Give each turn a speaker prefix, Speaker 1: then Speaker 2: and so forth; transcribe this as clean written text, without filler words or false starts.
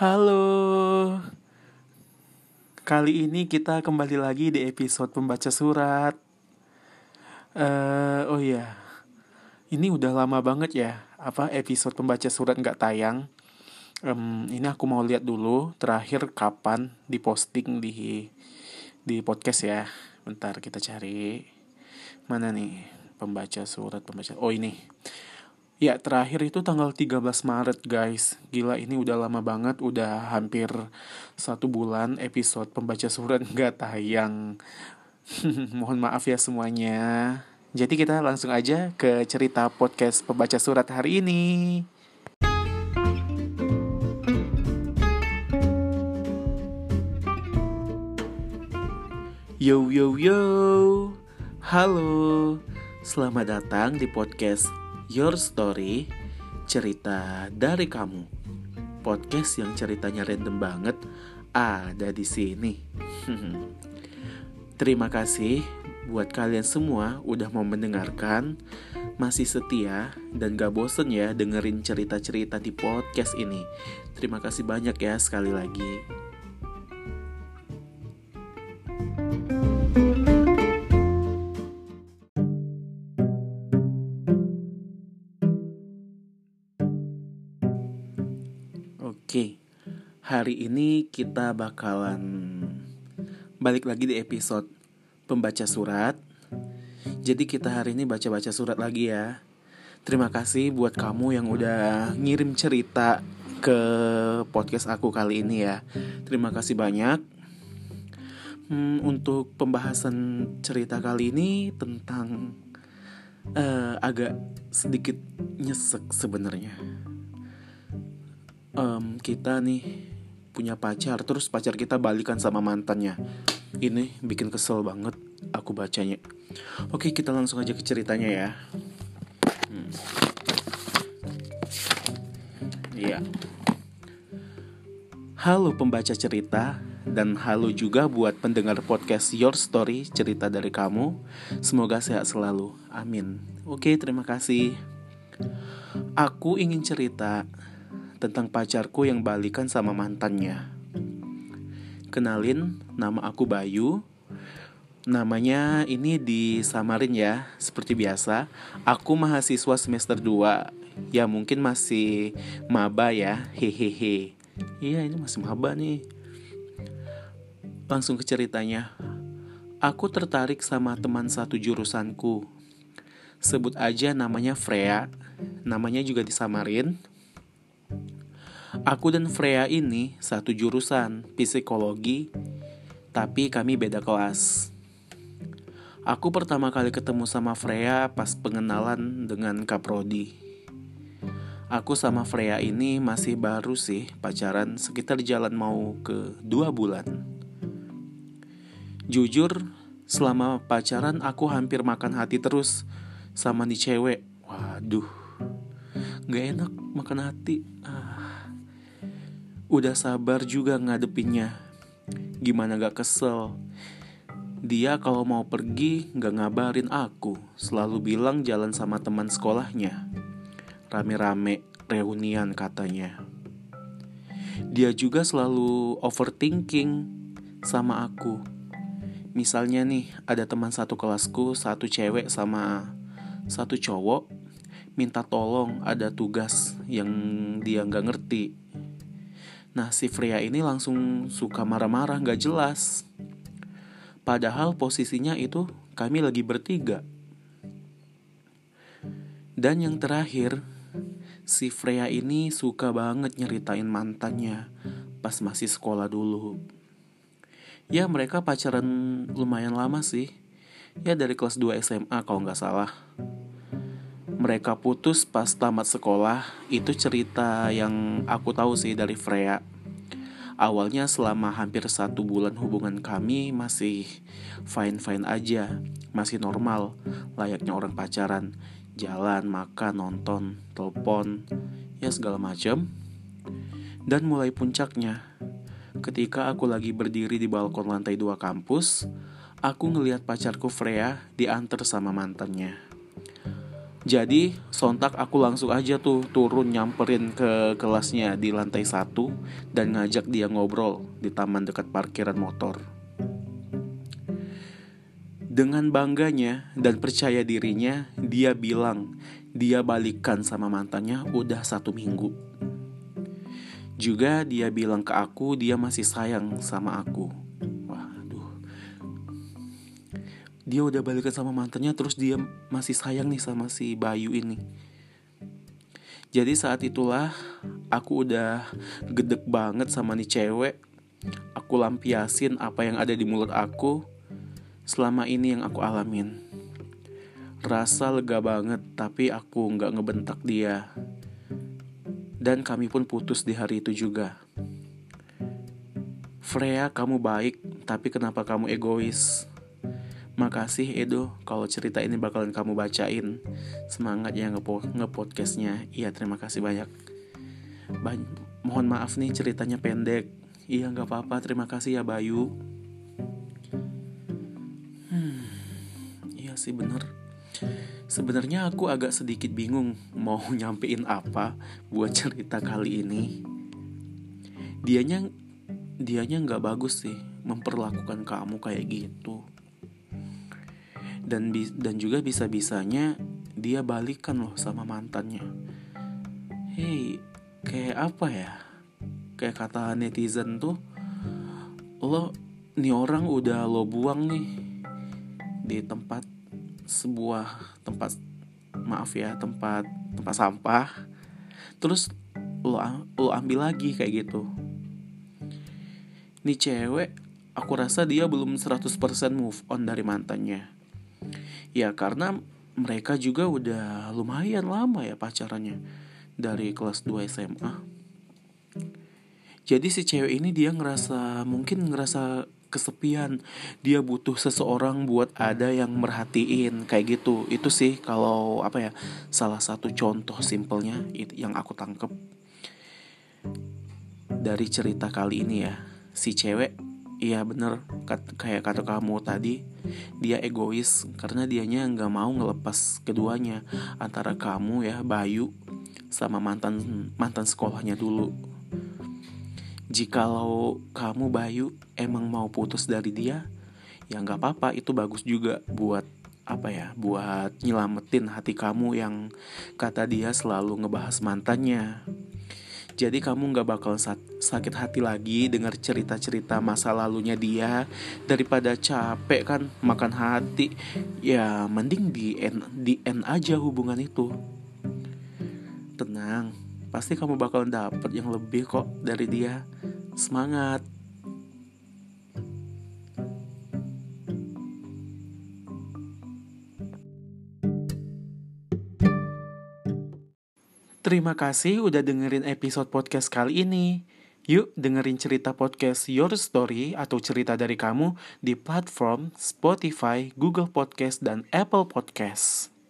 Speaker 1: Halo, kali ini kita kembali lagi di episode pembaca surat. Oh iya, ini udah lama banget ya, episode pembaca surat nggak tayang. Ini aku mau lihat dulu terakhir kapan diposting di podcast ya. Bentar kita cari mana nih pembaca. Oh ini. Ya, terakhir itu tanggal 13 Maret guys. Gila, ini udah lama banget. Udah hampir 1 bulan episode pembaca surat nggak tayang. Mohon maaf ya semuanya. Jadi kita langsung aja ke cerita podcast pembaca surat hari ini. Yo yo yo. Halo. Selamat datang di podcast Your Story, cerita dari kamu. Podcast yang ceritanya random banget ada di sini. Terima kasih buat kalian semua udah mau mendengarkan, masih setia dan gak bosen ya dengerin cerita-cerita di podcast ini. Terima kasih banyak ya sekali lagi. Oke, hari ini kita bakalan balik lagi di episode pembaca surat. Jadi kita hari ini baca-baca surat lagi ya. Terima kasih buat kamu yang udah ngirim cerita ke podcast aku kali ini ya. Terima kasih banyak. Untuk pembahasan cerita kali ini tentang agak sedikit nyesek sebenarnya. Kita nih punya pacar, terus pacar kita balikan sama mantannya. Ini bikin kesel banget aku bacanya. Oke, kita langsung aja ke ceritanya ya. Iya. Halo pembaca cerita, dan halo juga buat pendengar podcast Your Story, cerita dari kamu. Semoga sehat selalu, amin. Oke, terima kasih. Aku ingin cerita tentang pacarku yang balikan sama mantannya. Kenalin, nama aku Bayu. Namanya ini disamarin ya, seperti biasa. Aku mahasiswa semester 2. Ya mungkin masih maba ya, hehehe. Iya, ini masih maba nih. Langsung ke ceritanya. Aku tertarik sama teman satu jurusanku. Sebut aja namanya Freya. Namanya juga disamarin. Aku dan Freya ini satu jurusan, psikologi, tapi kami beda kelas. Aku pertama kali ketemu sama Freya pas pengenalan dengan Kaprodi. Aku sama Freya ini masih baru sih pacaran, sekitar jalan mau ke 2 bulan. Jujur, selama pacaran aku hampir makan hati terus sama nih cewek. Waduh, gak enak makan hati. Udah sabar juga ngadepinnya. Gimana gak kesel. Dia kalau mau pergi gak ngabarin aku. Selalu bilang jalan sama teman sekolahnya. Rame-rame reunian katanya. Dia juga selalu overthinking sama aku. Misalnya nih, ada teman satu kelasku, satu cewek sama satu cowok, minta tolong ada tugas yang dia gak ngerti. Nah, si Freya ini langsung suka marah-marah gak jelas. Padahal posisinya itu kami lagi bertiga. Dan yang terakhir, si Freya ini suka banget nyeritain mantannya pas masih sekolah dulu. Ya, mereka pacaran lumayan lama sih. Ya, dari kelas 2 SMA kalau gak salah. Mereka putus pas tamat sekolah. Itu cerita yang aku tahu sih dari Freya. Awalnya selama hampir 1 bulan hubungan kami masih fine-fine aja. Masih normal, layaknya orang pacaran. Jalan, makan, nonton, telepon, ya segala macam. Dan mulai puncaknya, ketika aku lagi berdiri di balkon lantai 2 kampus, aku ngelihat pacarku Freya diantar sama mantannya. Jadi sontak aku langsung aja tuh turun nyamperin ke kelasnya di lantai 1 dan ngajak dia ngobrol di taman dekat parkiran motor. Dengan bangganya dan percaya dirinya, dia bilang dia balikan sama mantannya udah 1 minggu. Juga dia bilang ke aku dia masih sayang sama aku. Waduh, dia udah balikan sama mantannya terus dia masih sayang nih sama si Bayu ini. Jadi saat itulah aku udah gedek banget sama nih cewek. Aku lampiasin apa yang ada di mulut aku selama ini yang aku alamin. Rasa lega banget, tapi aku gak ngebentak dia. Dan kami pun putus di hari itu juga. Freya, kamu baik, tapi kenapa kamu egois? Makasih Edo, kalau cerita ini bakalan kamu bacain. Semangat ya nge-podcastnya. Iya, terima kasih banyak. Mohon maaf nih ceritanya pendek. Iya, gak apa-apa, terima kasih ya Bayu. Iya sih bener. Sebenarnya aku agak sedikit bingung mau nyampein apa buat cerita kali ini. Dianya gak bagus sih memperlakukan kamu kayak gitu. Dan juga bisa-bisanya dia balikan loh sama mantannya. Hei, kayak apa ya? Kayak kata netizen tuh, nih orang udah lo buang nih di sebuah tempat sampah, terus lo ambil lagi kayak gitu. Nih cewek, aku rasa dia belum 100% move on dari mantannya. Ya karena mereka juga udah lumayan lama ya pacarannya, dari kelas 2 SMA. Jadi si cewek ini dia mungkin ngerasa kesepian. Dia butuh seseorang buat ada yang merhatiin kayak gitu. Itu sih kalau salah satu contoh simpelnya yang aku tangkep dari cerita kali ini ya. Si cewek, iya bener kayak kata kamu tadi, dia egois karena dianya gak mau ngelepas keduanya, antara kamu ya Bayu sama mantan sekolahnya dulu. Jikalau kamu Bayu emang mau putus dari dia, ya gak apa-apa, itu bagus juga buat buat nyelamatin hati kamu yang kata dia selalu ngebahas mantannya. Jadi kamu gak bakal sakit hati lagi dengar cerita-cerita masa lalunya dia. Daripada capek kan makan hati, ya mending di end aja hubungan itu. Tenang, pasti kamu bakal dapet yang lebih kok dari dia. Semangat. Terima kasih udah dengerin episode podcast kali ini. Yuk dengerin cerita podcast Your Story atau cerita dari kamu di platform Spotify, Google Podcast, dan Apple Podcast.